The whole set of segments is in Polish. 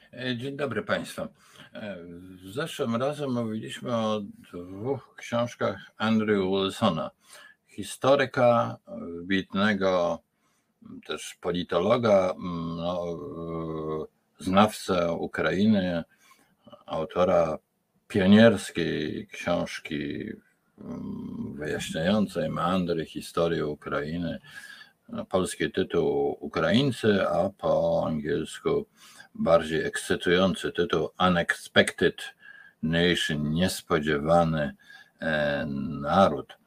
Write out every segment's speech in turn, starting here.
Dzień dobry Państwu. Zeszłym razem mówiliśmy o dwóch książkach Andrew Wilsona. Historyka, wybitnego też politologa, znawcę Ukrainy, autora pionierskiej książki wyjaśniającej meandry historii Ukrainy. Polski tytuł Ukraińcy, a po angielsku bardziej ekscytujący tytuł Unexpected Nation, niespodziewany naród.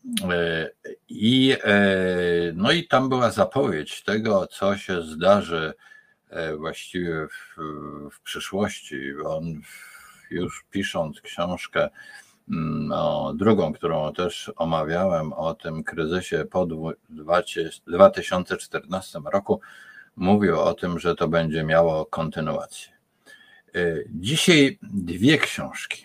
I tam była zapowiedź tego, co się zdarzy właściwie w przyszłości. On już pisząc książkę drugą, którą też omawiałem, o tym kryzysie po 2014 roku, mówił o tym, że to będzie miało kontynuację. Dzisiaj dwie książki,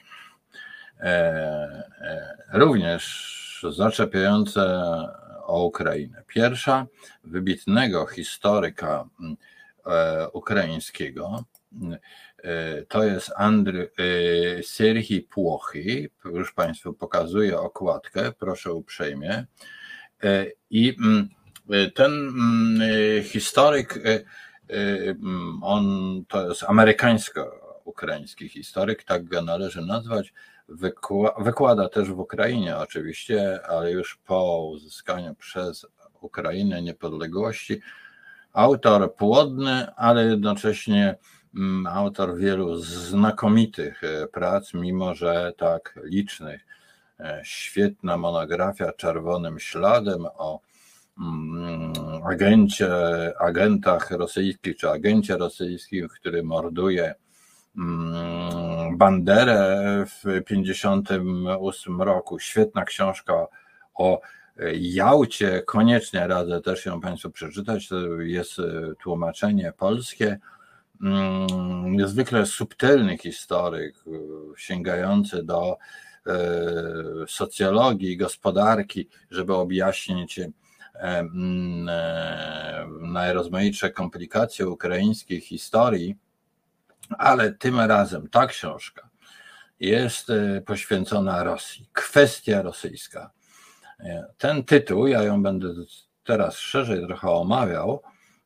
również zaczepiające o Ukrainę. Pierwsza wybitnego historyka ukraińskiego, to jest Serhii Płochy, już Państwu pokazuję okładkę, proszę uprzejmie. I ten historyk, on to jest amerykańsko-ukraiński historyk, tak go należy nazwać, wykłada też w Ukrainie oczywiście, ale już po uzyskaniu przez Ukrainę niepodległości. Autor płodny, ale jednocześnie autor wielu znakomitych prac, mimo że tak licznych. Świetna monografia Czerwonym Śladem o agentach rosyjskich, czy agencie rosyjskim, który morduje Banderę w 1958 roku. Świetna książka o Jałcie, koniecznie radzę też ją Państwu przeczytać, to jest tłumaczenie polskie. Niezwykle subtelny historyk, sięgający do socjologii, gospodarki, żeby objaśnić najrozmaitsze komplikacje ukraińskiej historii, ale tym razem ta książka jest poświęcona Rosji. Kwestia rosyjska. Ten tytuł, ja ją będę teraz szerzej trochę omawiał,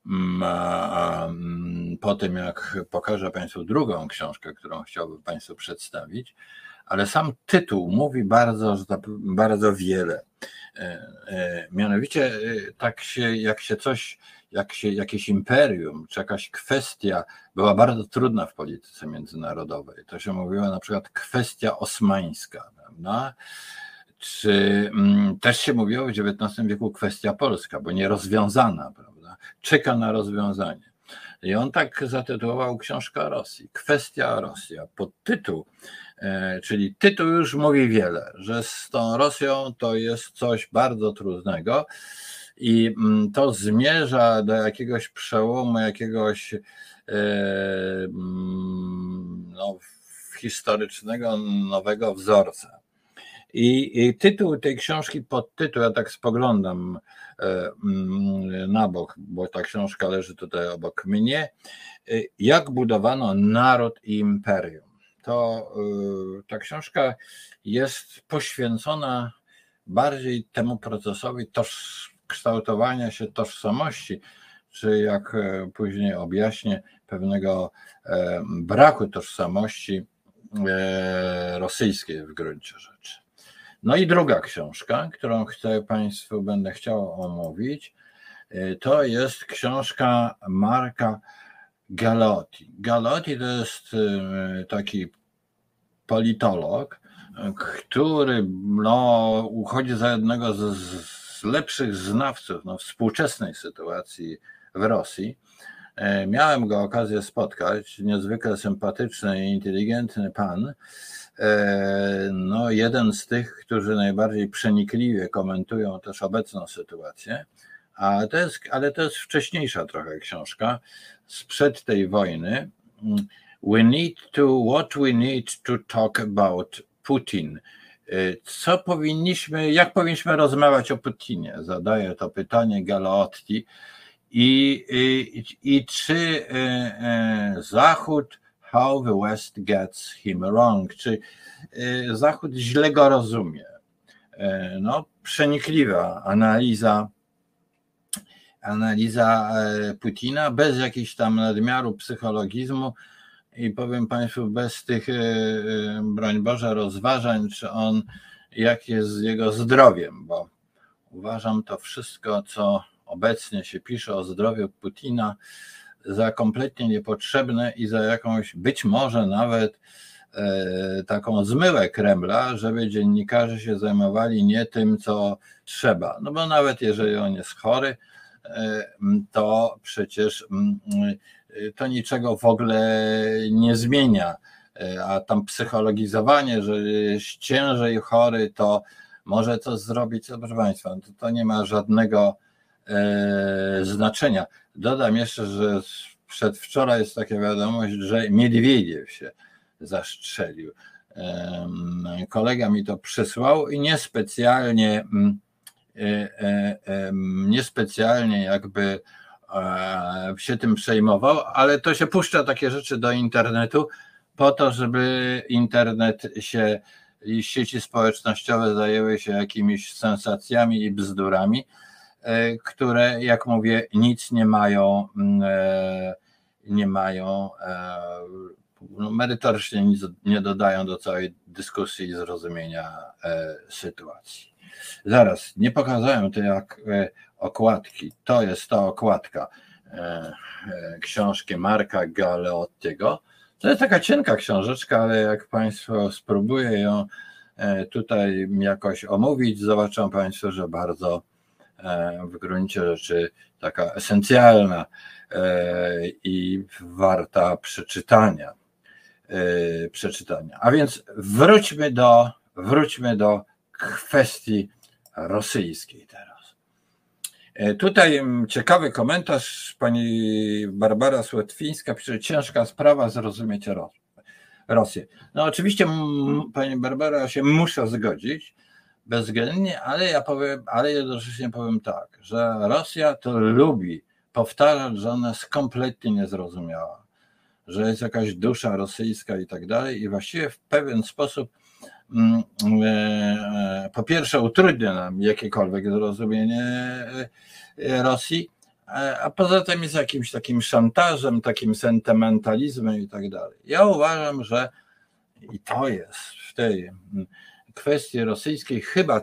po tym jak pokażę Państwu drugą książkę, którą chciałbym Państwu przedstawić, ale sam tytuł mówi bardzo wiele. Mianowicie tak się, jakieś imperium, czy jakaś kwestia była bardzo trudna w polityce międzynarodowej. To się mówiło na przykład kwestia osmańska, prawda? Czy też się mówiło w XIX wieku kwestia polska, bo nierozwiązana, prawda? Czeka na rozwiązanie. I on tak zatytułował książkę o Rosji. Kwestia Rosja. Podtytuł, czyli tytuł już mówi wiele, że z tą Rosją to jest coś bardzo trudnego i to zmierza do jakiegoś przełomu, jakiegoś historycznego nowego wzorca. I tytuł tej książki, podtytuł, ja tak spoglądam na bok, bo ta książka leży tutaj obok mnie, jak budowano naród i imperium. Ta książka jest poświęcona bardziej temu procesowi kształtowania się tożsamości, czy jak później objaśnię, pewnego braku tożsamości rosyjskiej w gruncie rzeczy. No i druga książka, którą będę chciał omówić, to jest książka Marka Galeotti. Galeotti to jest taki politolog, który uchodzi za jednego z lepszych znawców współczesnej sytuacji w Rosji. Miałem go okazję spotkać, niezwykle sympatyczny i inteligentny pan, jeden z tych, którzy najbardziej przenikliwie komentują też obecną sytuację, ale to jest wcześniejsza trochę książka, sprzed tej wojny. What we need to talk about Putin. Jak powinniśmy rozmawiać o Putinie? Zadaje to pytanie Galeotti. I czy Zachód, how the West gets him wrong, czy Zachód źle go rozumie. No, przenikliwa analiza Putina, bez jakichś tam nadmiaru psychologizmu i powiem Państwu, bez tych, broń Boże, rozważań, jak jest z jego zdrowiem, bo uważam to wszystko, co obecnie się pisze o zdrowiu Putina, za kompletnie niepotrzebne i za jakąś, być może nawet taką zmyłę Kremla, żeby dziennikarze się zajmowali nie tym, co trzeba. No bo nawet jeżeli on jest chory, to przecież to niczego w ogóle nie zmienia. A tam psychologizowanie, że jest ciężej chory, to może coś zrobić, proszę Państwa, to nie ma żadnego znaczenia. Dodam jeszcze, że przedwczoraj jest taka wiadomość, że Miedwiediew się zastrzelił. Kolega mi to przysłał i niespecjalnie jakby się tym przejmował, ale to się puszcza takie rzeczy do internetu po to, żeby internet i sieci społecznościowe zajęły się jakimiś sensacjami i bzdurami, które, jak mówię, nic nie mają merytorycznie nic nie dodają do całej dyskusji i zrozumienia sytuacji. Zaraz, nie pokazałem tej okładki. To jest ta okładka książki Marka Galeottiego. To jest taka cienka książeczka, ale jak Państwo spróbuję ją tutaj jakoś omówić, zobaczą Państwo, że bardzo w gruncie rzeczy taka esencjalna i warta przeczytania. A więc wróćmy do kwestii rosyjskiej teraz. Tutaj ciekawy komentarz, pani Barbara Słotwińska pisze: ciężka sprawa zrozumieć Rosję. No oczywiście, pani Barbara, się muszę zgodzić bezwzględnie, ale jednocześnie powiem tak, że Rosja to lubi powtarzać, że ona jest kompletnie niezrozumiała, że jest jakaś dusza rosyjska i tak dalej, i właściwie w pewien sposób po pierwsze utrudnia nam jakiekolwiek zrozumienie Rosji, a poza tym jest jakimś takim szantażem, takim sentymentalizmem i tak dalej. Ja uważam, że i to jest w tej kwestii rosyjskiej chyba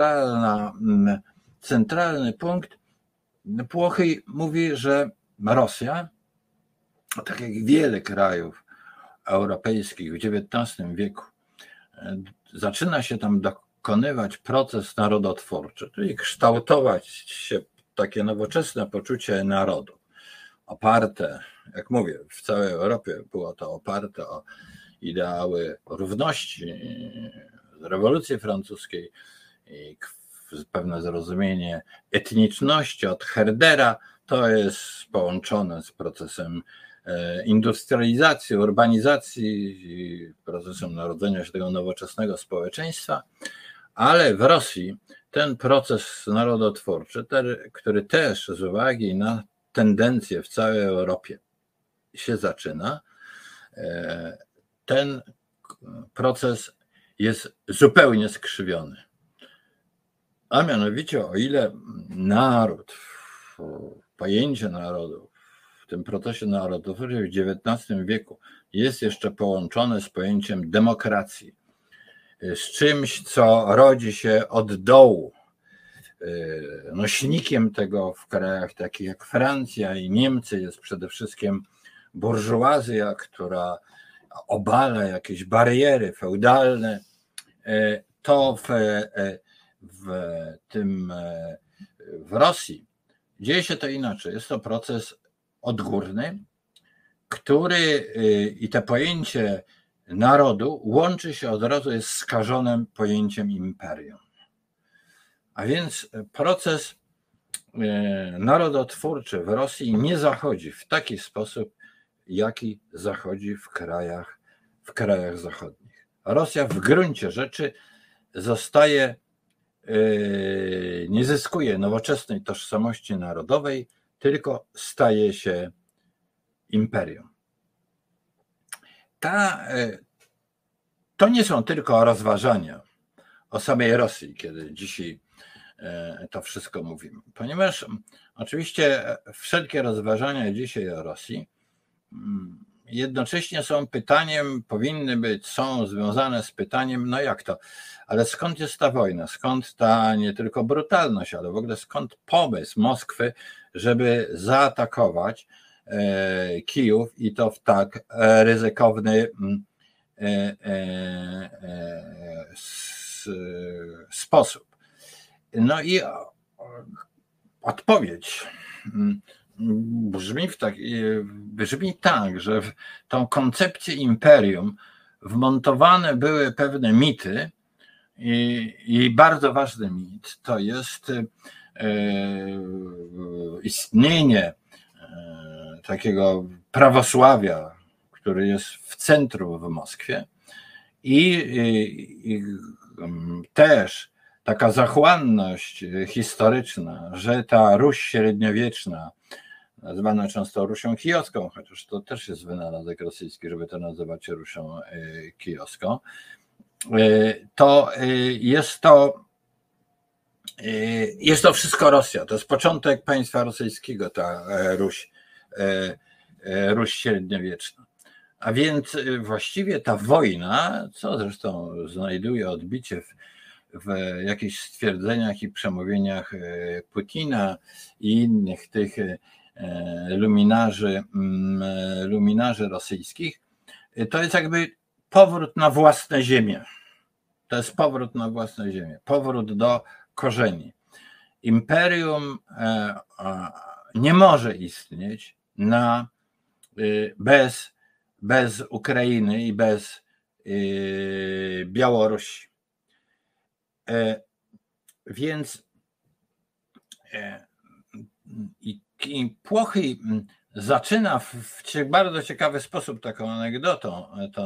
centralny punkt. Płochy mówi, że Rosja, tak jak wiele krajów europejskich w XIX wieku, zaczyna się tam dokonywać proces narodotwórczy, czyli kształtować się takie nowoczesne poczucie narodu, oparte, jak mówię, w całej Europie było to oparte o ideały równości, rewolucji francuskiej i pewne zrozumienie etniczności od Herdera. To jest połączone z procesem industrializacji, urbanizacji i procesem narodzenia się tego nowoczesnego społeczeństwa, ale w Rosji ten proces narodotwórczy, który też z uwagi na tendencje w całej Europie się zaczyna, ten proces jest zupełnie skrzywiony. A mianowicie, o ile naród, pojęcie narodu w tym procesie narodotwórczym w XIX wieku jest jeszcze połączone z pojęciem demokracji, z czymś, co rodzi się od dołu. Nośnikiem tego w krajach takich jak Francja i Niemcy jest przede wszystkim burżuazja, która obala jakieś bariery feudalne. To w Rosji dzieje się to inaczej. Jest to proces odgórny, który i to pojęcie narodu łączy się od razu, jest skażonym pojęciem imperium. A więc proces narodotwórczy w Rosji nie zachodzi w taki sposób, jaki zachodzi w krajach zachodnich. Rosja w gruncie rzeczy nie zyskuje nowoczesnej tożsamości narodowej, tylko staje się imperium. To nie są tylko rozważania o samej Rosji, kiedy dzisiaj to wszystko mówimy, ponieważ oczywiście wszelkie rozważania dzisiaj o Rosji jednocześnie są pytaniem, są związane z pytaniem, no jak to, ale skąd jest ta wojna, skąd ta nie tylko brutalność, ale w ogóle skąd pomysł Moskwy, żeby zaatakować Kijów i to w tak ryzykowny sposób. No i odpowiedź brzmi tak, że w tą koncepcję imperium wmontowane były pewne mity i bardzo ważny mit to jest istnienie takiego prawosławia, który jest w centrum w Moskwie i też taka zachłanność historyczna, że ta Ruś średniowieczna, nazywana często Rusią Kijowską, chociaż to też jest wynalazek rosyjski, żeby to nazywać Rusią Kijowską, to jest to wszystko Rosja. To jest początek państwa rosyjskiego, ta Ruś średniowieczna. A więc właściwie ta wojna, co zresztą znajduje odbicie w jakichś stwierdzeniach i przemówieniach Putina i innych tych luminarzy rosyjskich, to jest jakby powrót na własne ziemię. To jest powrót na własne ziemię, powrót do korzeni. Imperium nie może istnieć bez Ukrainy i bez Białorusi. Więc Płochy zaczyna w bardzo ciekawy sposób taką anegdotą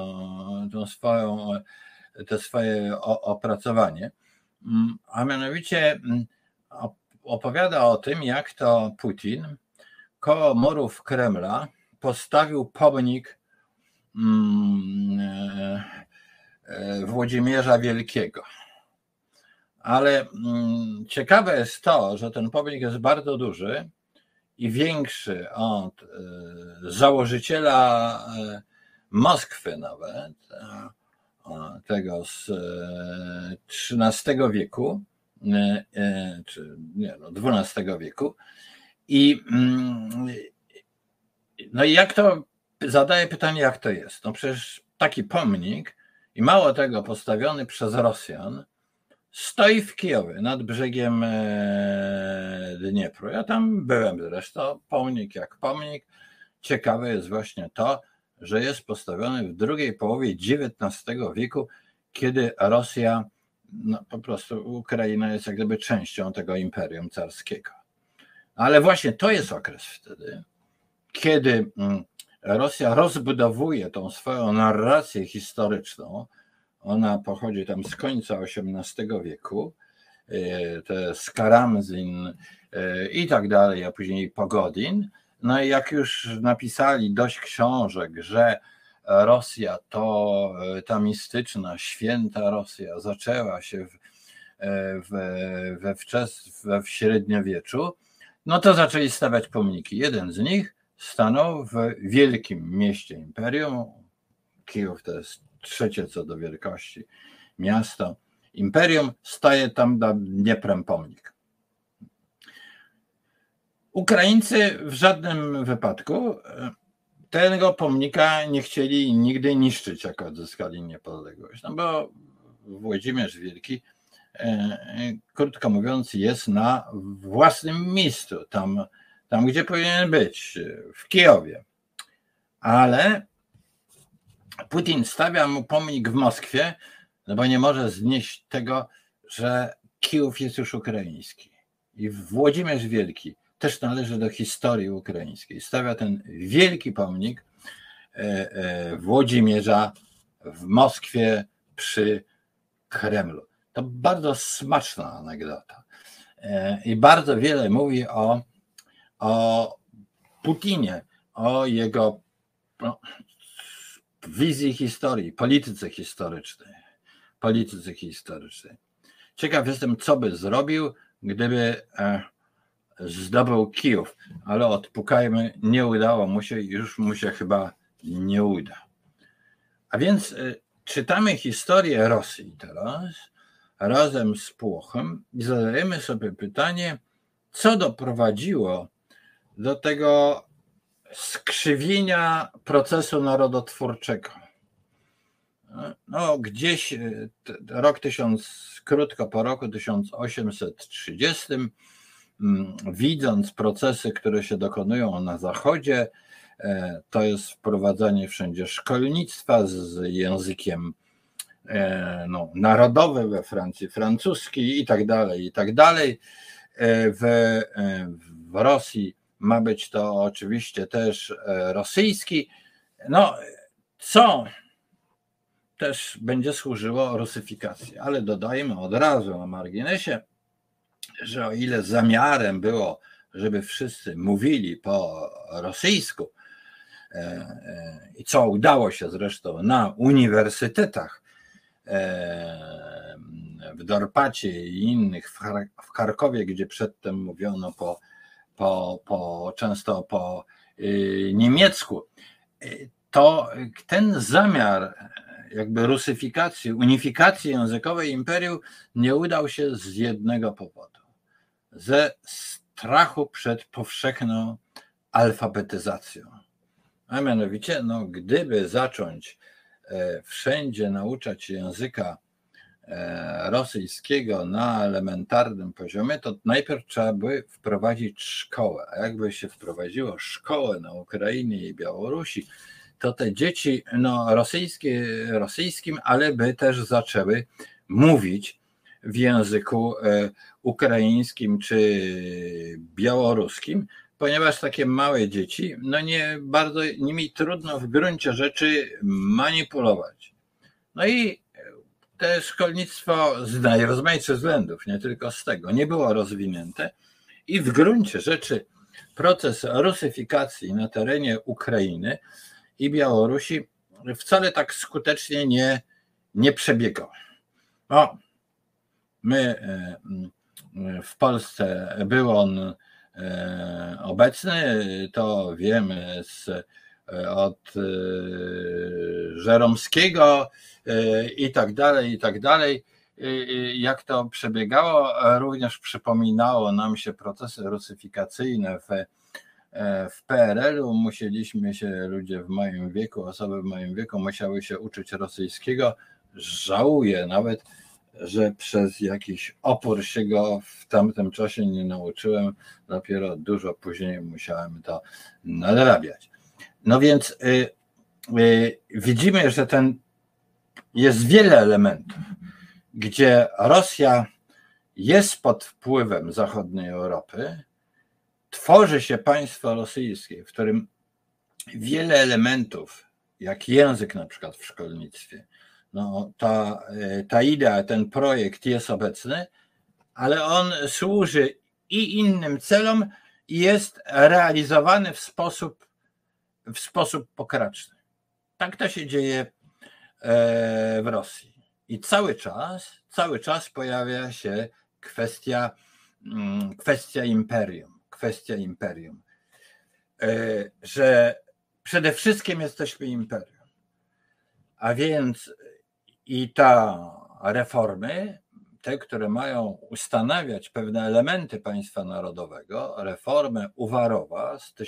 to swoje opracowanie, a mianowicie opowiada o tym, jak to Putin koło murów Kremla postawił pomnik Włodzimierza Wielkiego. Ale ciekawe jest to, że ten pomnik jest bardzo duży i większy od założyciela Moskwy nawet, tego z XIII wieku, czy nie, XII wieku. No i jak to, zadaję pytanie, jak to jest? No przecież taki pomnik i mało tego postawiony przez Rosjan stoi w Kijowie nad brzegiem Dniepru. Ja tam byłem zresztą, pomnik jak pomnik. Ciekawe jest właśnie to, że jest postawiony w drugiej połowie XIX wieku, kiedy Rosja, no po prostu Ukraina jest jak gdyby częścią tego imperium carskiego. Ale właśnie to jest okres wtedy, kiedy Rosja rozbudowuje tą swoją narrację historyczną. Ona pochodzi tam z końca XVIII wieku, to jest Karamzin i tak dalej, a później Pogodin. No i jak już napisali dość książek, że Rosja to ta mistyczna, święta Rosja zaczęła się w średniowieczu, no to zaczęli stawiać pomniki. Jeden z nich stanął w wielkim mieście imperium. Kijów to jest trzecie co do wielkości miasto imperium, staje tam nad Dnieprem pomnik. Ukraińcy w żadnym wypadku tego pomnika nie chcieli nigdy niszczyć, jak odzyskali niepodległość. No bo Włodzimierz Wielki, krótko mówiąc, jest na własnym miejscu, tam gdzie powinien być, w Kijowie. Ale Putin stawia mu pomnik w Moskwie, no bo nie może znieść tego, że Kijów jest już ukraiński. I Włodzimierz Wielki też należy do historii ukraińskiej. Stawia ten wielki pomnik Włodzimierza w Moskwie przy Kremlu. To bardzo smaczna anegdota. I bardzo wiele mówi o Putinie, o jego wizji historii, polityce historycznej. Ciekaw jestem, co by zrobił, gdyby zdobył Kijów, ale odpukajmy, nie udało mu się i już mu się chyba nie uda. A więc czytamy historię Rosji teraz razem z Płochem i zadajemy sobie pytanie, co doprowadziło do tego skrzywienia procesu narodotwórczego. No, gdzieś krótko po roku 1830, widząc procesy, które się dokonują na Zachodzie, to jest wprowadzanie wszędzie szkolnictwa z językiem narodowym, we Francji francuski i tak dalej. W Rosji ma być to oczywiście też rosyjski, co też będzie służyło rusyfikacji, ale dodajmy od razu na marginesie, że o ile zamiarem było, żeby wszyscy mówili po rosyjsku, i co udało się zresztą na uniwersytetach w Dorpacie i innych, w Charkowie, gdzie przedtem mówiono często po niemiecku, to ten zamiar jakby rusyfikacji, unifikacji językowej imperium nie udał się z jednego powodu. Ze strachu przed powszechną alfabetyzacją. A mianowicie, gdyby zacząć wszędzie nauczać się języka rosyjskiego na elementarnym poziomie, to najpierw trzeba by wprowadzić szkołę. A jakby się wprowadziło szkołę na Ukrainie i Białorusi, to te dzieci rosyjskim, ale by też zaczęły mówić w języku ukraińskim czy białoruskim, ponieważ takie małe dzieci, nie bardzo nimi trudno w gruncie rzeczy manipulować. I to szkolnictwo z najrozmaitszych względów, nie tylko z tego, nie było rozwinięte i w gruncie rzeczy proces rusyfikacji na terenie Ukrainy i Białorusi wcale tak skutecznie nie przebiegał. My w Polsce był on obecny, to wiemy od Żeromskiego i tak dalej, jak to przebiegało. Również przypominało nam się procesy rusyfikacyjne w PRL-u. Musieliśmy się, ludzie w moim wieku, osoby w moim wieku musiały się uczyć rosyjskiego. Żałuję nawet, że przez jakiś opór się go w tamtym czasie nie nauczyłem, dopiero dużo później musiałem to nadrabiać. Więc widzimy, że jest wiele elementów, gdzie Rosja jest pod wpływem zachodniej Europy, tworzy się państwo rosyjskie, w którym wiele elementów, jak język na przykład w szkolnictwie, ta idea, ten projekt jest obecny, ale on służy i innym celom i jest realizowany w sposób pokraczny. Tak to się dzieje w Rosji. I cały czas pojawia się kwestia imperium, że przede wszystkim jesteśmy imperium. A więc i reformy, te, które mają ustanawiać pewne elementy państwa narodowego, reformę Uwarowa z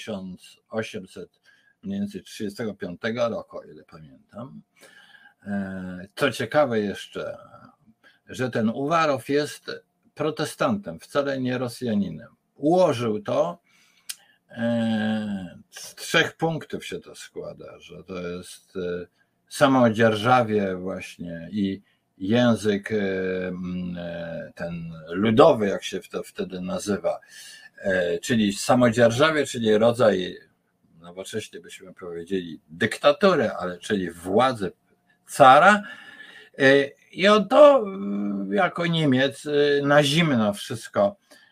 1835 roku, o ile pamiętam. Co ciekawe jeszcze, że ten Uwarow jest protestantem, wcale nie Rosjaninem. Ułożył to, z 3 punktów się to składa, że to jest samodzierżawie właśnie i język ten ludowy, jak się to wtedy nazywa, czyli samodzierżawie, czyli rodzaj, nowocześnie byśmy powiedzieli, dyktatury, ale czyli władzy cara. I on to jako Niemiec na zimno wszystko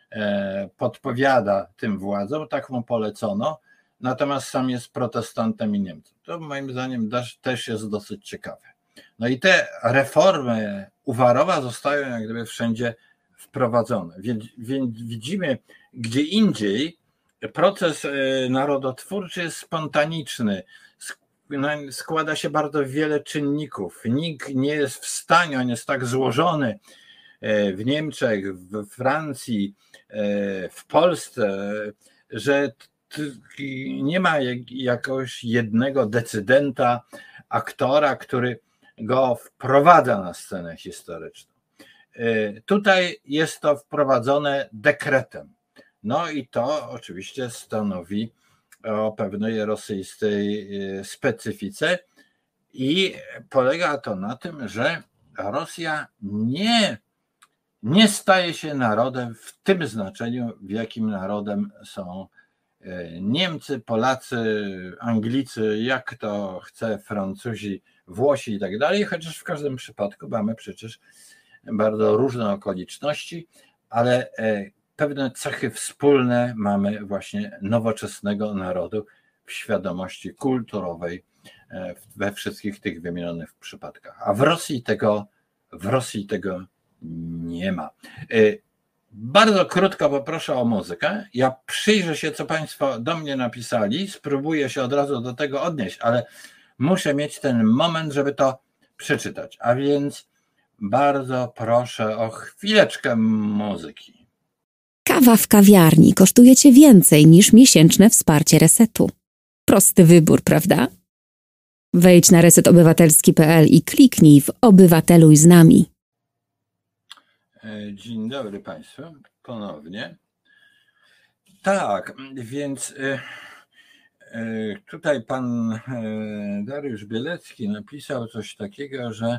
podpowiada tym władzom, tak mu polecono, natomiast sam jest protestantem i Niemcem. To moim zdaniem też jest dosyć ciekawe. No i te reformy Uwarowa zostają jak gdyby wszędzie wprowadzone. Więc widzimy, gdzie indziej proces narodotwórczy jest spontaniczny, składa się bardzo wiele czynników. Nikt nie jest w stanie, on jest tak złożony w Niemczech, w Francji, w Polsce, że nie ma jakiegoś jednego decydenta, aktora, który go wprowadza na scenę historyczną. Tutaj jest to wprowadzone dekretem. No i to oczywiście stanowi o pewnej rosyjskiej specyfice i polega to na tym, że Rosja nie staje się narodem w tym znaczeniu, w jakim narodem są Niemcy, Polacy, Anglicy, jak to chce, Francuzi, Włosi i tak dalej, chociaż w każdym przypadku mamy przecież bardzo różne okoliczności, ale pewne cechy wspólne mamy właśnie nowoczesnego narodu w świadomości kulturowej we wszystkich tych wymienionych przypadkach. A w Rosji tego nie ma. Bardzo krótko poproszę o muzykę. Ja przyjrzę się, co Państwo do mnie napisali, spróbuję się od razu do tego odnieść, ale muszę mieć ten moment, żeby to przeczytać. A więc bardzo proszę o chwileczkę muzyki. Kawa w kawiarni kosztuje Cię więcej niż miesięczne wsparcie Resetu. Prosty wybór, prawda? Wejdź na resetobywatelski.pl i kliknij w Obywateluj z nami. Dzień dobry Państwu, ponownie. Tak, więc tutaj pan Dariusz Bielecki napisał coś takiego, że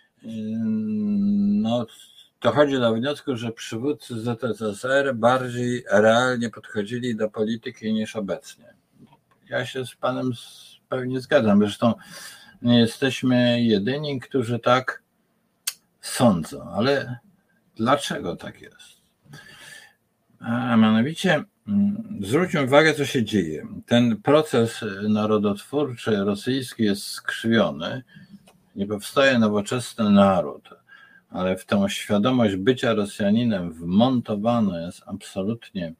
no, dochodzi do wniosku, że przywódcy ZSRR bardziej realnie podchodzili do polityki niż obecnie. Ja się z panem pewnie zgadzam, zresztą nie jesteśmy jedyni, którzy tak sądzą, ale dlaczego tak jest? A mianowicie zwróćmy uwagę, co się dzieje. Ten proces narodotwórczy rosyjski jest skrzywiony, nie powstaje nowoczesny naród, ale w tą świadomość bycia Rosjaninem wmontowane jest absolutnie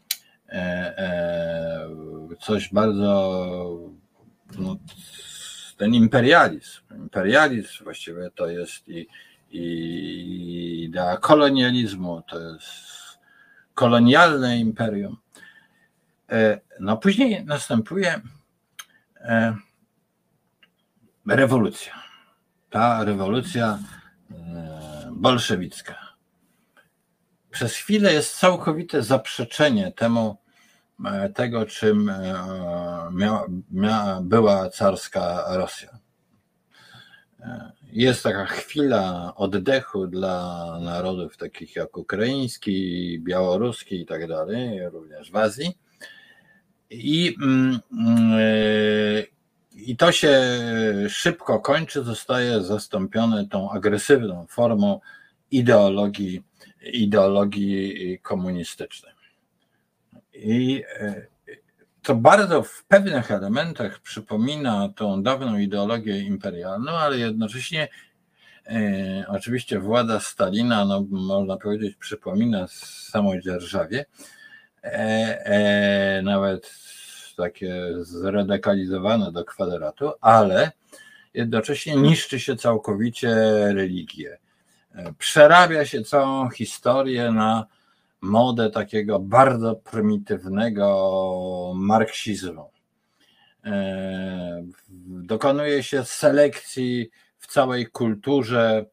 coś bardzo, no, ten imperializm właściwie to jest i idea kolonializmu, to jest kolonialne imperium. No później następuje rewolucja. Ta rewolucja bolszewicka. Przez chwilę jest całkowite zaprzeczenie tego, czym była carska Rosja. Jest taka chwila oddechu dla narodów takich jak ukraiński, białoruski i tak dalej, również w Azji. I to się szybko kończy, zostaje zastąpione tą agresywną formą ideologii komunistycznej. I to bardzo w pewnych elementach przypomina tą dawną ideologię imperialną, ale jednocześnie oczywiście władza Stalina, no, można powiedzieć, przypomina samodzierżawie, nawet takie zradykalizowane do kwadratu, ale jednocześnie niszczy się całkowicie religię. Przerabia się całą historię na modę takiego bardzo prymitywnego marksizmu. Dokonuje się selekcji w całej kulturze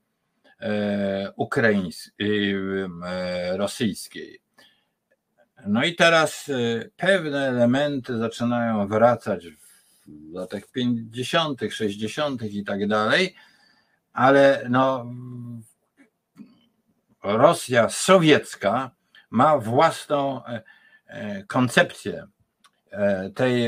rosyjskiej. No i teraz pewne elementy zaczynają wracać w latach 50., 60. i tak dalej, ale no, Rosja sowiecka ma własną koncepcję tej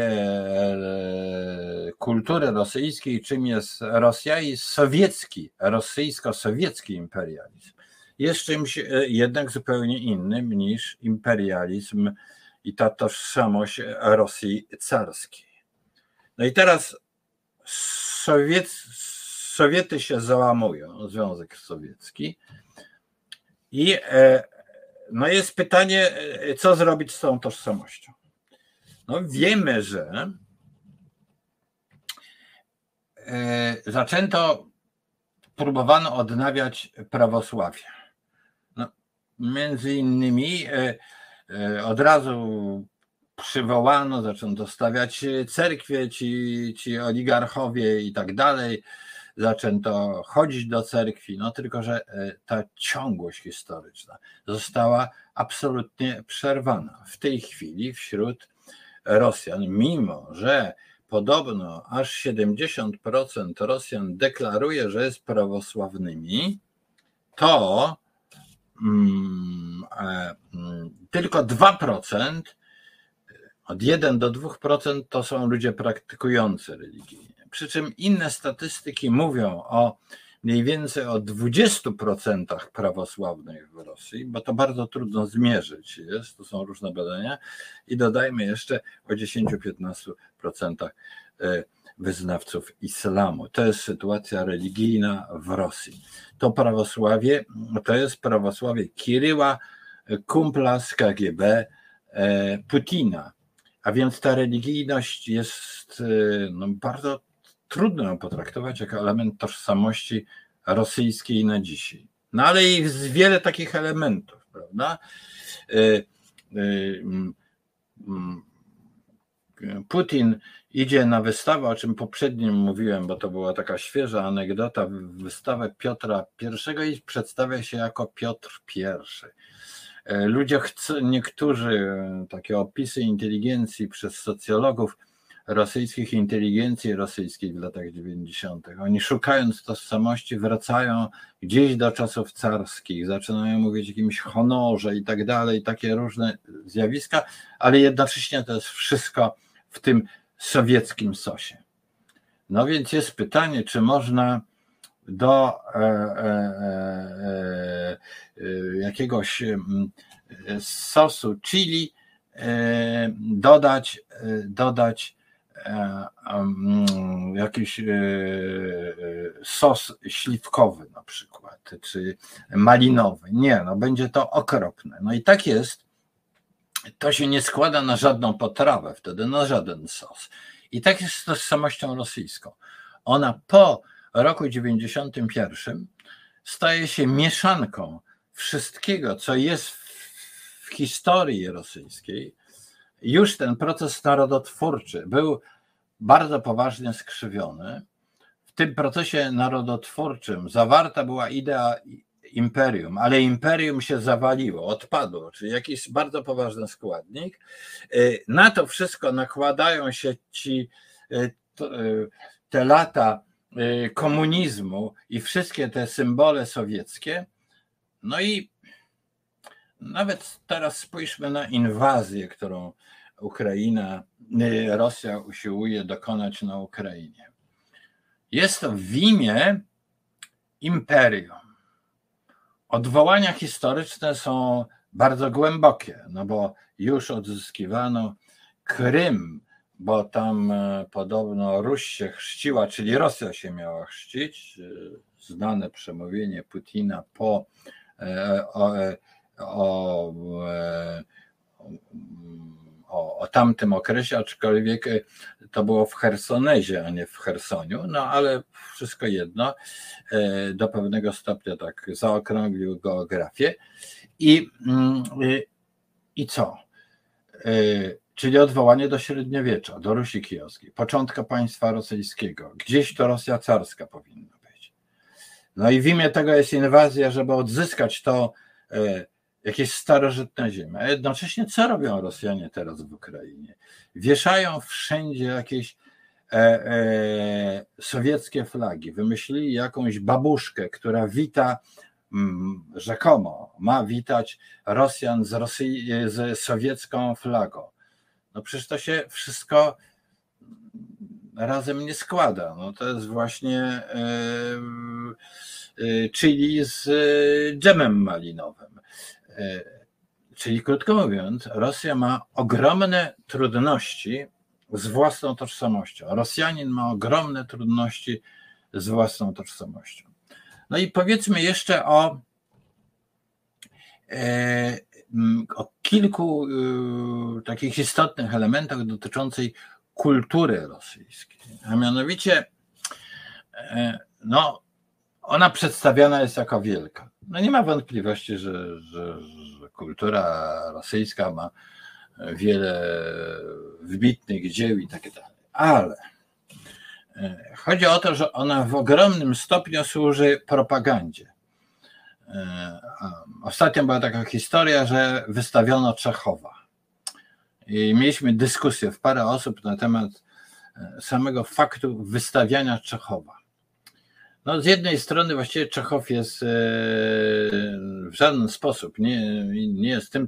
kultury rosyjskiej, czym jest Rosja i rosyjsko-sowiecki imperializm. jest czymś jednak zupełnie innym niż imperializm i ta tożsamość Rosji carskiej. No i teraz Sowiety się załamują, Związek Sowiecki, i no jest pytanie, co zrobić z tą tożsamością. No wiemy, że próbowano odnawiać prawosławie. No, między innymi od razu przywołano, zaczęto stawiać cerkwie, ci oligarchowie i tak dalej, zaczęto chodzić do cerkwi, no tylko że ta ciągłość historyczna została absolutnie przerwana. W tej chwili wśród Rosjan, mimo że podobno aż 70% Rosjan deklaruje, że jest prawosławnymi, to tylko 2%, od 1 do 2% to są ludzie praktykujący religijnie. Przy czym inne statystyki mówią o mniej więcej o 20% prawosławnych w Rosji, bo to bardzo trudno zmierzyć jest, to są różne badania, i dodajmy jeszcze o 10-15% wyznawców islamu. To jest sytuacja religijna w Rosji. To prawosławie, to jest prawosławie Kiryła, kumpla z KGB Putina. A więc ta religijność jest bardzo trudno ją potraktować jako element tożsamości rosyjskiej na dzisiaj. No ale jest wiele takich elementów, prawda? Putin idzie na wystawę, o czym poprzednio mówiłem, bo to była taka świeża anegdota, wystawę Piotra I i przedstawia się jako Piotr I. Ludzie niektórzy, takie opisy inteligencji przez socjologów rosyjskich, inteligencji rosyjskiej w latach 90. Oni szukając tożsamości wracają gdzieś do czasów carskich, zaczynają mówić o jakimś honorze i tak dalej, takie różne zjawiska, ale jednocześnie to jest wszystko w tym sowieckim sosie. No więc jest pytanie, czy można do jakiegoś sosu chili dodać jakiś sos śliwkowy na przykład, czy malinowy. Nie, no będzie to okropne. No i tak jest, to się nie składa na żadną potrawę wtedy, na żaden sos. I tak jest z tożsamością rosyjską. Ona po roku 91 staje się mieszanką wszystkiego, co jest w historii rosyjskiej. Już ten proces narodotwórczy był bardzo poważnie skrzywiony. W tym procesie narodotwórczym zawarta była idea imperium, ale imperium się zawaliło, odpadło, czyli jakiś bardzo poważny składnik. Na to wszystko nakładają się te lata komunizmu i wszystkie te symbole sowieckie. No i nawet teraz spójrzmy na inwazję, którą Rosja usiłuje dokonać na Ukrainie. Jest to w imię imperium. Odwołania historyczne są bardzo głębokie, no bo już odzyskiwano Krym, bo tam podobno Ruś się chrzciła, czyli Rosja się miała chrzcić. Znane przemówienie Putina o tamtym okresie, aczkolwiek to było w Chersonezie, a nie w Chersoniu, no ale wszystko jedno, do pewnego stopnia tak zaokrąglił geografię. I co? Czyli odwołanie do średniowiecza, do Rusi Kijowskiej, początka państwa rosyjskiego. Gdzieś to Rosja carska powinna być. No i w imię tego jest inwazja, żeby odzyskać to jakieś starożytne ziemie. A jednocześnie co robią Rosjanie teraz w Ukrainie? Wieszają wszędzie jakieś sowieckie flagi. Wymyślili jakąś babuszkę, która wita, rzekomo ma witać Rosjan z sowiecką flagą. No przecież to się wszystko razem nie składa. No to jest właśnie chili z dżemem malinowym. Czyli krótko mówiąc, Rosja ma ogromne trudności z własną tożsamością. Rosjanin ma ogromne trudności z własną tożsamością. No i powiedzmy jeszcze o kilku takich istotnych elementach dotyczących kultury rosyjskiej. A mianowicie, no, ona przedstawiana jest jako wielka. No nie ma wątpliwości, że kultura rosyjska ma wiele wybitnych dzieł i tak dalej. Ale chodzi o to, że ona w ogromnym stopniu służy propagandzie. Ostatnio była taka historia, że wystawiono Czechowa. I mieliśmy dyskusję w parę osób na temat samego faktu wystawiania Czechowa. No z jednej strony właściwie Czechow jest w żaden sposób nie jest tym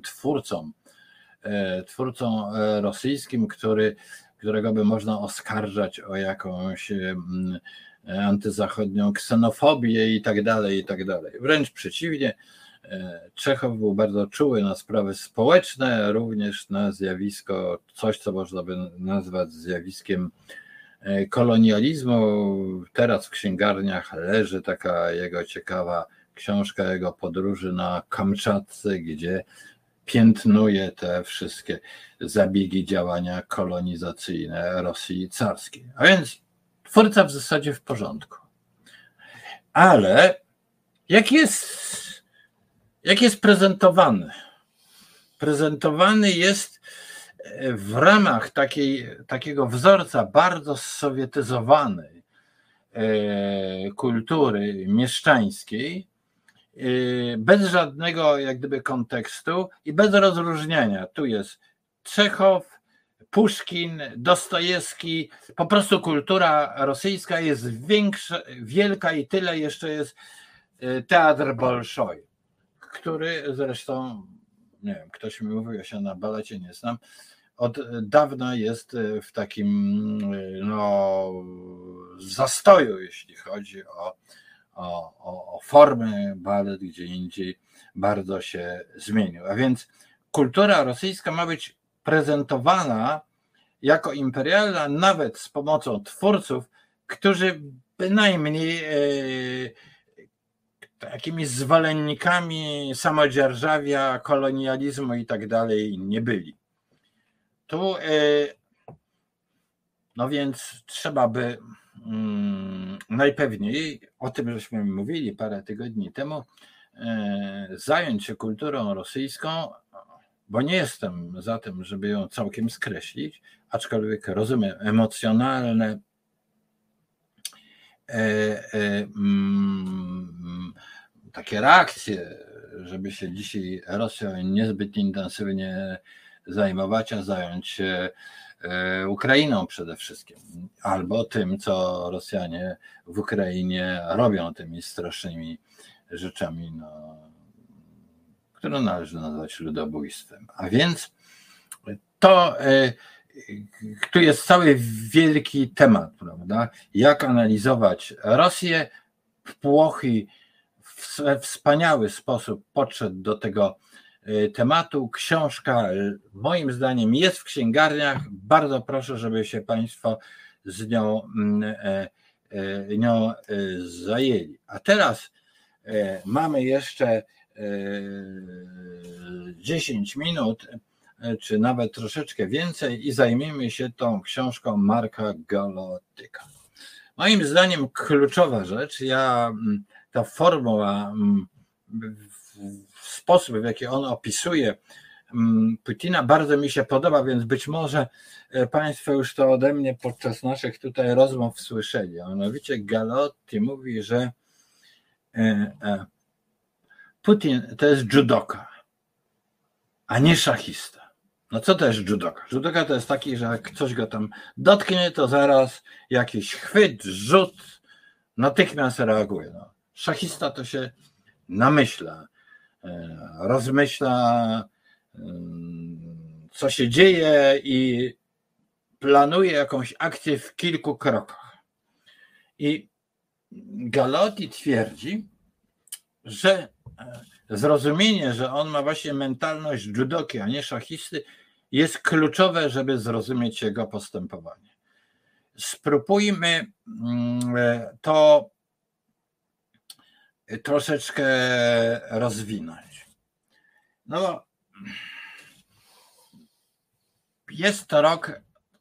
twórcą rosyjskim, którego by można oskarżać o jakąś antyzachodnią ksenofobię i tak dalej, i tak dalej. Wręcz przeciwnie, Czechow był bardzo czuły na sprawy społeczne, również na zjawisko, coś co można by nazwać zjawiskiem kolonializmu. Teraz w księgarniach leży taka jego ciekawa książka jego podróży na Kamczatce, gdzie piętnuje te wszystkie zabiegi działania kolonizacyjne Rosji carskiej. A więc twórca w zasadzie w porządku. Ale jak jest prezentowany? Prezentowany jest w ramach takiego wzorca bardzo sowietyzowanej kultury mieszczańskiej, bez żadnego jak gdyby kontekstu i bez rozróżniania. Tu jest Czechow, Puszkin, Dostojewski, po prostu kultura rosyjska jest wielka i tyle jeszcze jest teatr Bolszoi, który zresztą, nie wiem, ktoś mi mówił, ja się na balecie nie znam, od dawna jest w takim zastoju, jeśli chodzi o formy, balet gdzie indziej bardzo się zmienił. A więc kultura rosyjska ma być prezentowana jako imperialna nawet z pomocą twórców, którzy bynajmniej takimi zwolennikami samodzierżawia, kolonializmu i tak dalej nie byli. Tu no więc trzeba by najpewniej, o tym żeśmy mówili parę tygodni temu, zająć się kulturą rosyjską, bo nie jestem za tym, żeby ją całkiem skreślić, aczkolwiek rozumiem emocjonalne takie reakcje, żeby się dzisiaj Rosją niezbyt intensywnie zajmować, a zająć się Ukrainą przede wszystkim, albo tym, co Rosjanie w Ukrainie robią, tymi strasznymi rzeczami, które należy nazwać ludobójstwem. A więc to tu jest cały wielki temat, prawda? Jak analizować Rosję. Płochy w wspaniały sposób podszedł do tego tematu. Książka moim zdaniem jest w księgarniach. Bardzo proszę, żeby się Państwo z nią zajęli. A teraz mamy jeszcze 10 minut, czy nawet troszeczkę więcej i zajmiemy się tą książką Marka Galotyka. Moim zdaniem kluczowa rzecz, ta formuła, sposób, w jaki on opisuje Putina, bardzo mi się podoba, więc być może Państwo już to ode mnie podczas naszych tutaj rozmów słyszeli. A mianowicie Galoty mówi, że Putin to jest judoka, a nie szachista. No co to jest judoka? Judoka to jest taki, że jak coś go tam dotknie, to zaraz jakiś chwyt, rzut, natychmiast reaguje. No. Szachista to się namyśla, rozmyśla, co się dzieje i planuje jakąś akcję w kilku krokach. I Galotti twierdzi, że zrozumienie, że on ma właśnie mentalność judoki, a nie szachisty, jest kluczowe, żeby zrozumieć jego postępowanie. Spróbujmy to troszeczkę rozwinąć. No, jest to rok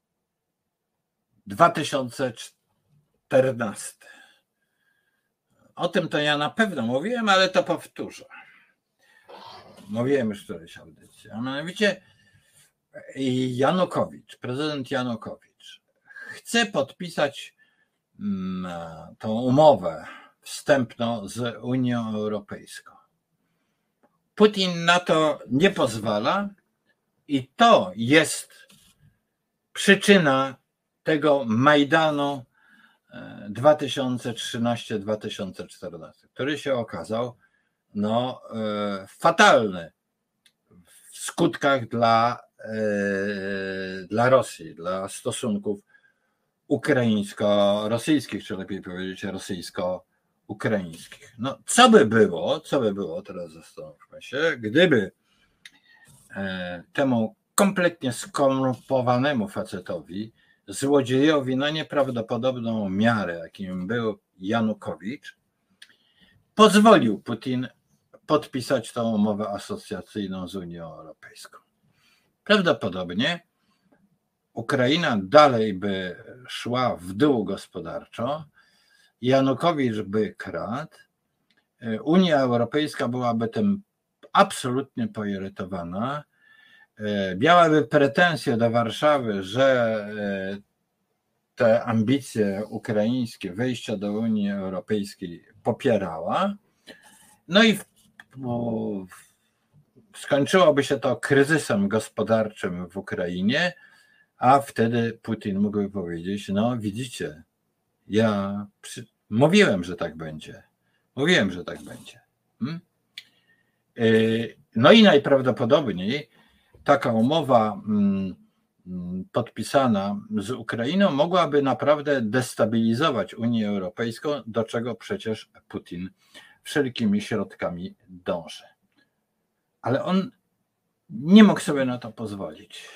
2014. O tym to ja na pewno mówiłem, ale to powtórzę. Mówiłem już w którejś audycji. A mianowicie Janukowicz, prezydent Janukowicz chce podpisać tą umowę wstępną z Unią Europejską. Putin na to nie pozwala i to jest przyczyna tego Majdanu 2013-2014, który się okazał fatalny w skutkach dla Rosji, dla stosunków ukraińsko-rosyjskich, czy lepiej powiedzieć rosyjsko-ukraińskich. No, co by było, teraz zastanówmy się, gdyby temu kompletnie skorumpowanemu facetowi, złodziejowi na nieprawdopodobną miarę, jakim był Janukowicz, pozwolił Putin podpisać tą umowę asocjacyjną z Unią Europejską. Prawdopodobnie Ukraina dalej by szła w dół gospodarczo, Janukowicz by kradł, Unia Europejska byłaby tym absolutnie poirytowana, miałaby pretensje do Warszawy, że te ambicje ukraińskie wejścia do Unii Europejskiej popierała. No i skończyłoby się to kryzysem gospodarczym w Ukrainie, a wtedy Putin mógłby powiedzieć, no widzicie, ja mówiłem, że tak będzie. No i najprawdopodobniej taka umowa podpisana z Ukrainą mogłaby naprawdę destabilizować Unię Europejską, do czego przecież Putin wszelkimi środkami dąży. Ale on nie mógł sobie na to pozwolić.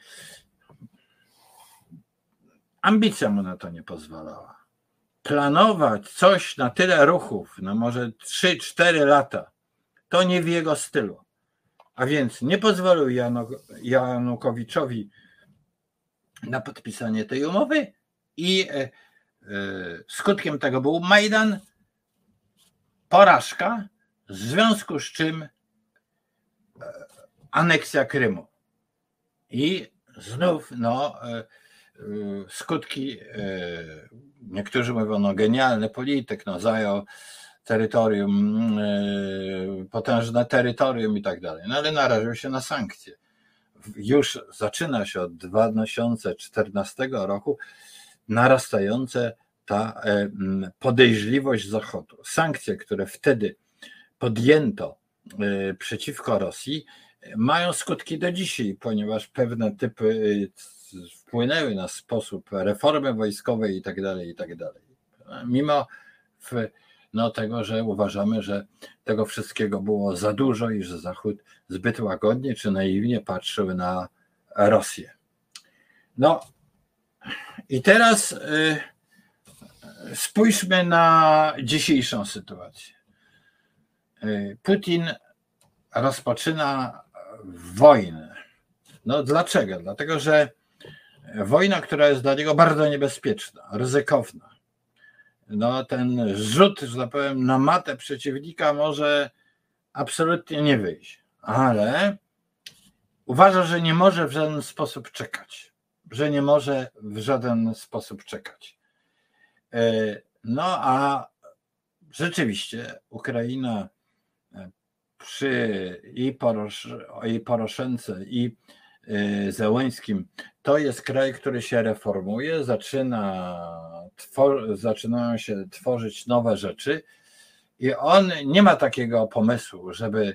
Ambicja mu na to nie pozwalała. Planować coś na tyle ruchów, może 3-4 lata, to nie w jego stylu. A więc nie pozwolił Janukowiczowi na podpisanie tej umowy i skutkiem tego był Majdan, porażka, w związku z czym aneksja Krymu. I znów skutki, niektórzy mówią, genialny polityk, zajął terytorium, potężne terytorium i tak dalej, ale naraził się na sankcje. Już zaczyna się od 2014 roku narastająca ta podejrzliwość Zachodu. Sankcje, które wtedy podjęto przeciwko Rosji, mają skutki do dzisiaj, ponieważ pewne typy wpłynęły na sposób reformy wojskowej i tak dalej, mimo tego, że uważamy, że tego wszystkiego było za dużo i że Zachód zbyt łagodnie czy naiwnie patrzył na Rosję. I teraz spójrzmy na dzisiejszą sytuację. Putin rozpoczyna wojnę. Dlaczego? Dlatego, że wojna, która jest dla niego bardzo niebezpieczna, ryzykowna. Ten rzut, że tak powiem, na matę przeciwnika może absolutnie nie wyjść, ale uważa, że nie może w żaden sposób czekać. A rzeczywiście Ukraina przy i Poroszence i Zełenskim to jest kraj, który się reformuje, zaczynają się tworzyć nowe rzeczy i on nie ma takiego pomysłu, żeby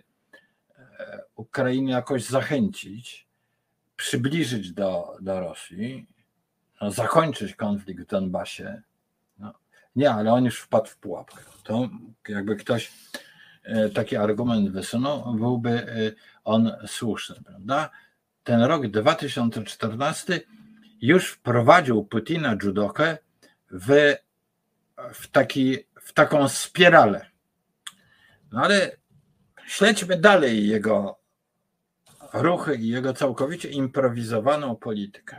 Ukrainę jakoś zachęcić, przybliżyć do Rosji. zakończyć konflikt w Donbasie. No, nie, ale on już wpadł w pułapkę. To jakby ktoś taki argument wysunął, byłby on słuszny, prawda? Ten rok 2014 już wprowadził Putina judokę w taką spiralę. No ale śledźmy dalej jego ruchy i jego całkowicie improwizowaną politykę.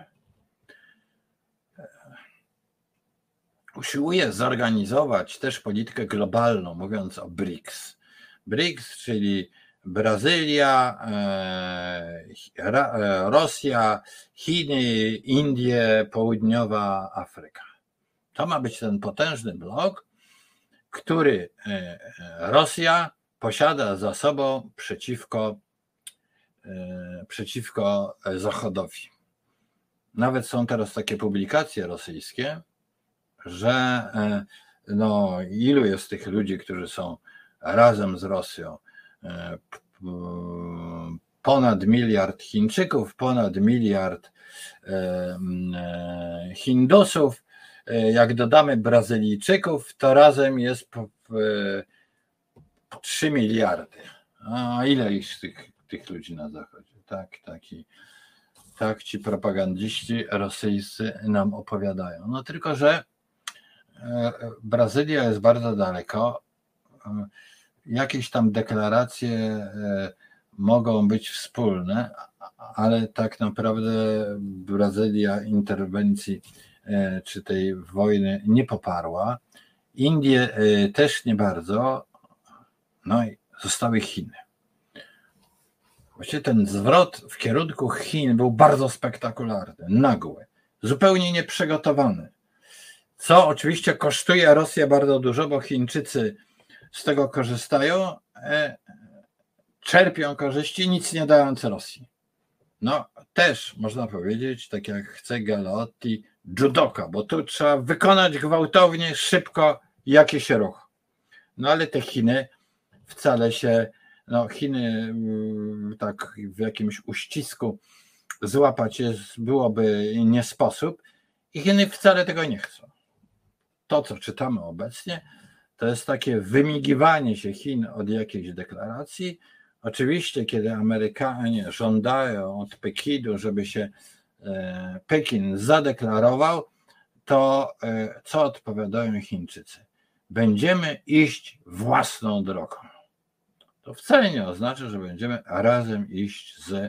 Usiłuje zorganizować też politykę globalną, mówiąc o BRICS. BRICS, czyli Brazylia, Rosja, Chiny, Indie, Południowa Afryka. To ma być ten potężny blok, który Rosja posiada za sobą przeciwko Zachodowi. Nawet są teraz takie publikacje rosyjskie, że no, ilu jest tych ludzi, którzy są razem z Rosją? Ponad 1 miliard Chińczyków, ponad 1 miliard Hindusów. Jak dodamy Brazylijczyków, to razem jest 3 miliardy. A ile jest tych ludzi na Zachodzie? Tak ci propagandziści rosyjscy nam opowiadają. No tylko, że Brazylia jest bardzo daleko. Jakieś tam deklaracje mogą być wspólne, ale tak naprawdę Brazylia interwencji czy tej wojny nie poparła. Indie też nie bardzo. No i zostały Chiny. Właściwie ten zwrot w kierunku Chin był bardzo spektakularny, nagły, zupełnie nieprzygotowany. Co oczywiście kosztuje Rosję bardzo dużo, bo Chińczycy z tego korzystają, czerpią korzyści, nic nie dając Rosji. No też można powiedzieć, tak jak chce Galeotti, judoka, bo tu trzeba wykonać gwałtownie, szybko jakiś ruch. No ale te Chiny wcale się, no Chiny tak w jakimś uścisku złapać byłoby nie sposób i Chiny wcale tego nie chcą. To, co czytamy obecnie, to jest takie wymigiwanie się Chin od jakiejś deklaracji. Oczywiście, kiedy Amerykanie żądają od Pekinu, żeby się Pekin zadeklarował, to co odpowiadają Chińczycy? Będziemy iść własną drogą. To wcale nie oznacza, że będziemy razem iść z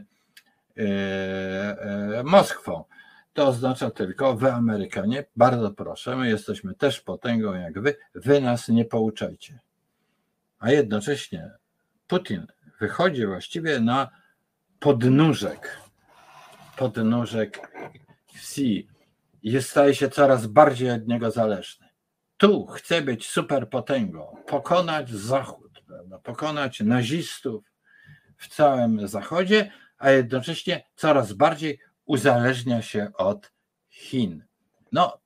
Moskwą. To oznacza tylko, wy Amerykanie, bardzo proszę, my jesteśmy też potęgą jak wy nas nie pouczajcie. A jednocześnie Putin wychodzi właściwie na podnóżek wsi i staje się coraz bardziej od niego zależny. Tu chce być superpotęgą, pokonać Zachód, prawda? Pokonać nazistów w całym Zachodzie, a jednocześnie coraz bardziej uzależnia się od Chin. No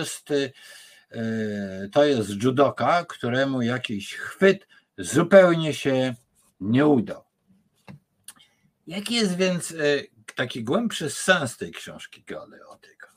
to jest judoka, któremu jakiś chwyt zupełnie się nie udał. Jaki jest więc taki głębszy sens tej książki Galeottiego?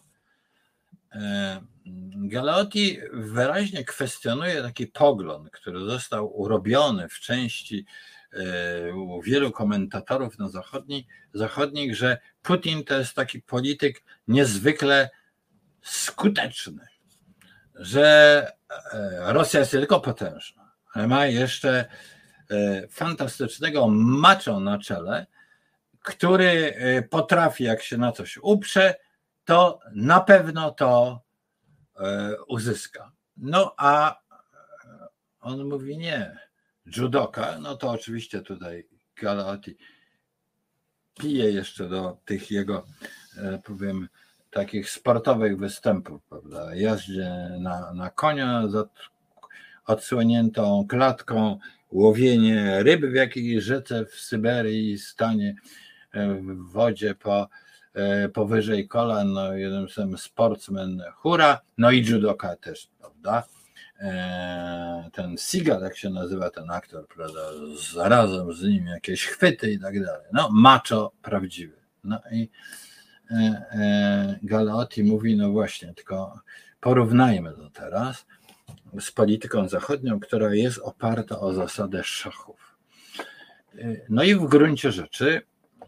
Galeotti wyraźnie kwestionuje taki pogląd, który został urobiony w części u wielu komentatorów na zachodnich, że Putin to jest taki polityk niezwykle skuteczny, że Rosja jest tylko potężna, ale ma jeszcze fantastycznego macho na czele, który potrafi, jak się na coś uprze, to na pewno to uzyska. No a on mówi nie. Judoka, no to oczywiście tutaj Galeotti pije jeszcze do tych jego, powiem, takich sportowych występów, prawda? Jeździe na konia z odsłoniętą klatką, łowienie ryb w jakiejś rzece w Syberii, stanie w wodzie powyżej kolan, no jeden sportsman hura, no i judoka też, prawda? Ten Seagal, jak się nazywa ten aktor, prawda, zarazem z nim jakieś chwyty i tak dalej. No macho prawdziwy. No i Galeotti mówi, no właśnie, tylko porównajmy to teraz z polityką zachodnią, która jest oparta o zasadę szachów. No i w gruncie rzeczy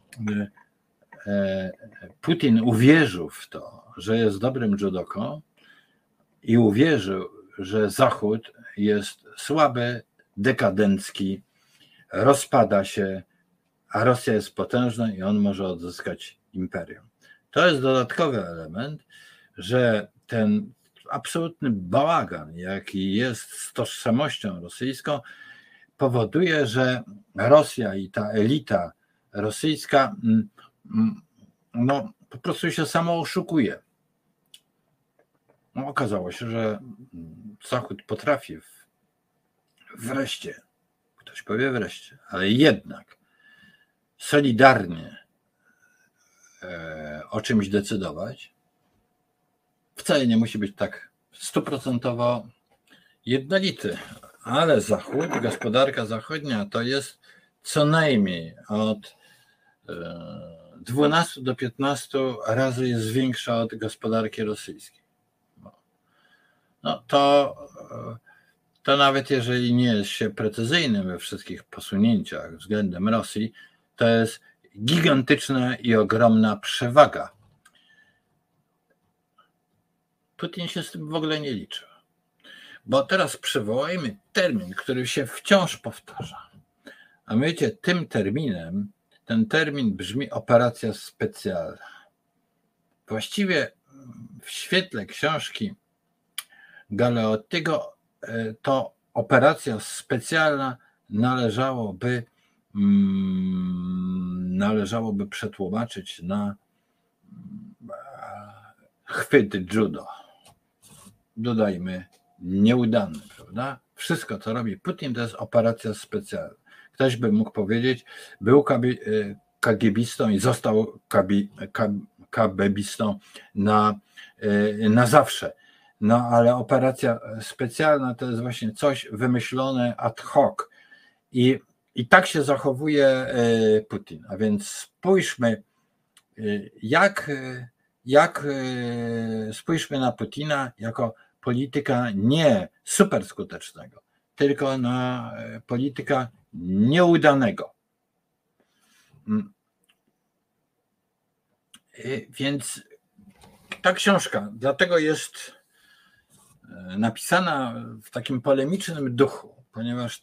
Putin uwierzył w to, że jest dobrym judoką i uwierzył, że Zachód jest słaby, dekadencki, rozpada się, a Rosja jest potężna i on może odzyskać imperium. To jest dodatkowy element, że ten absolutny bałagan, jaki jest z tożsamością rosyjską, powoduje, że Rosja i ta elita rosyjska no, po prostu się samo oszukuje. No, okazało się, że Zachód potrafi wreszcie, ktoś powie wreszcie, ale jednak solidarnie o czymś decydować. Wcale nie musi być tak 100% jednolity, ale Zachód, gospodarka zachodnia to jest co najmniej od 12 do 15 razy jest większa od gospodarki rosyjskiej. No to nawet jeżeli nie jest się precyzyjnym we wszystkich posunięciach względem Rosji, to jest gigantyczna i ogromna przewaga. Putin się z tym w ogóle nie liczy. Bo teraz przywołajmy termin, który się wciąż powtarza. A wiecie, tym terminem, ten termin brzmi operacja specjalna. Właściwie w świetle książki Galeottiego to operacja specjalna należałoby przetłumaczyć na chwyt judo. Dodajmy nieudany, prawda? Wszystko, co robi Putin, to jest operacja specjalna. Ktoś by mógł powiedzieć, był kagiebistą i został kabebistą na zawsze. No ale operacja specjalna to jest właśnie coś wymyślone ad hoc. I tak się zachowuje Putin. A więc spójrzmy, spójrzmy na Putina jako polityka nie super skutecznego, tylko na polityka nieudanego. Więc ta książka dlatego jest napisana w takim polemicznym duchu, ponieważ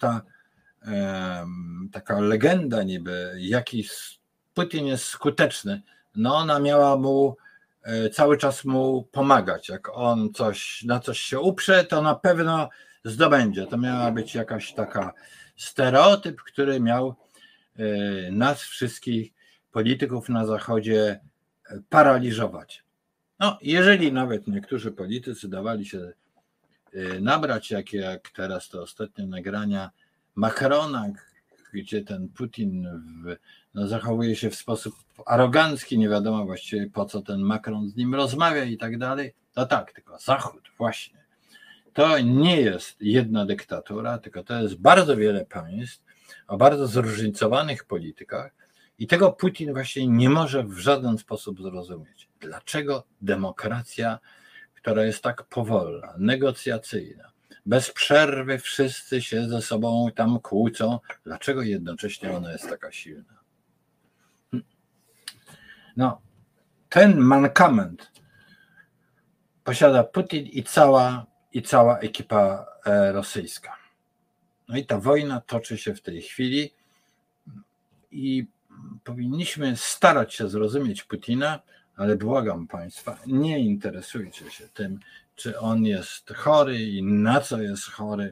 taka legenda niby, jaki Putin jest skuteczny, no ona miała cały czas mu pomagać. Jak on na coś się uprze, to na pewno zdobędzie. To miała być jakaś taka stereotyp, który miał nas wszystkich polityków na Zachodzie paraliżować. No, jeżeli nawet niektórzy politycy dawali się nabrać, jak teraz te ostatnie nagrania Macrona, gdzie ten Putin zachowuje się w sposób arogancki, nie wiadomo właściwie po co ten Macron z nim rozmawia i tak dalej. No tak, tylko Zachód właśnie. To nie jest jedna dyktatura, tylko to jest bardzo wiele państw o bardzo zróżnicowanych politykach i tego Putin właśnie nie może w żaden sposób zrozumieć. Dlaczego demokracja, która jest tak powolna, negocjacyjna, bez przerwy wszyscy się ze sobą tam kłócą, dlaczego jednocześnie ona jest taka silna? No, ten mankament posiada Putin i cała ekipa rosyjska. No i ta wojna toczy się w tej chwili i powinniśmy starać się zrozumieć Putina, ale błagam Państwa, nie interesujcie się tym, czy on jest chory i na co jest chory,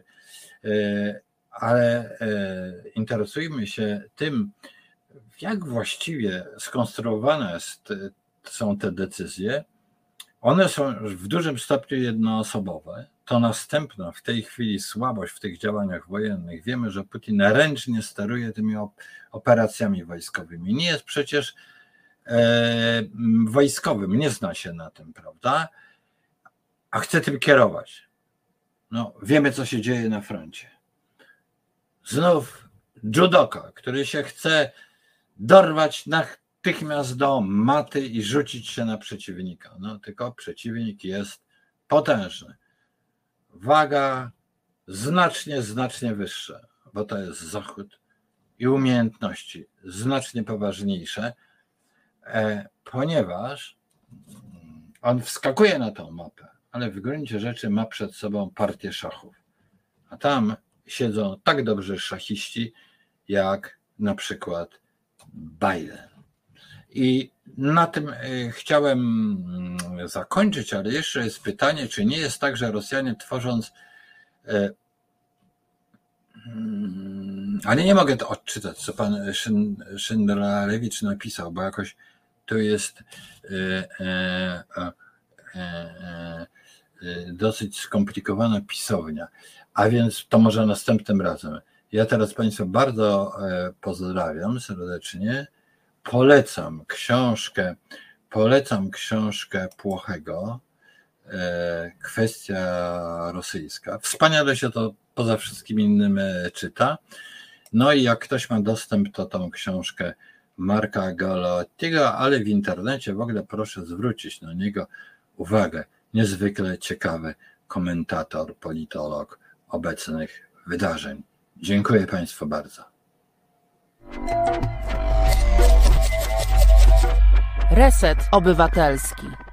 ale interesujmy się tym, jak właściwie skonstruowane są te decyzje. One są w dużym stopniu jednoosobowe. To następna w tej chwili słabość w tych działaniach wojennych. Wiemy, że Putin ręcznie steruje tymi operacjami wojskowymi. Nie jest przecież wojskowym, nie zna się na tym, prawda? A chce tym kierować. No, wiemy, co się dzieje na froncie. Znów judoka, który się chce dorwać natychmiast do maty i rzucić się na przeciwnika. No tylko przeciwnik jest potężny. Waga znacznie wyższa, bo to jest Zachód i umiejętności znacznie poważniejsze, ponieważ on wskakuje na tą mapę, ale w gruncie rzeczy ma przed sobą partię szachów. A tam siedzą tak dobrzy szachiści, jak na przykład Biden. I na tym chciałem zakończyć, ale jeszcze jest pytanie, czy nie jest tak, że Rosjanie tworząc, ale nie mogę to odczytać, co pan Szyndralewicz napisał, bo jakoś tu jest dosyć skomplikowana pisownia, a więc to może następnym razem. Ja teraz Państwa bardzo pozdrawiam serdecznie. Polecam książkę Płochego, Kwestia rosyjska. Wspaniale się to poza wszystkim innym czyta. No i jak ktoś ma dostęp, to tą książkę Marka Galottiego, ale w internecie w ogóle proszę zwrócić na niego uwagę. Niezwykle ciekawy komentator, politolog obecnych wydarzeń. Dziękuję Państwu bardzo. Reset Obywatelski.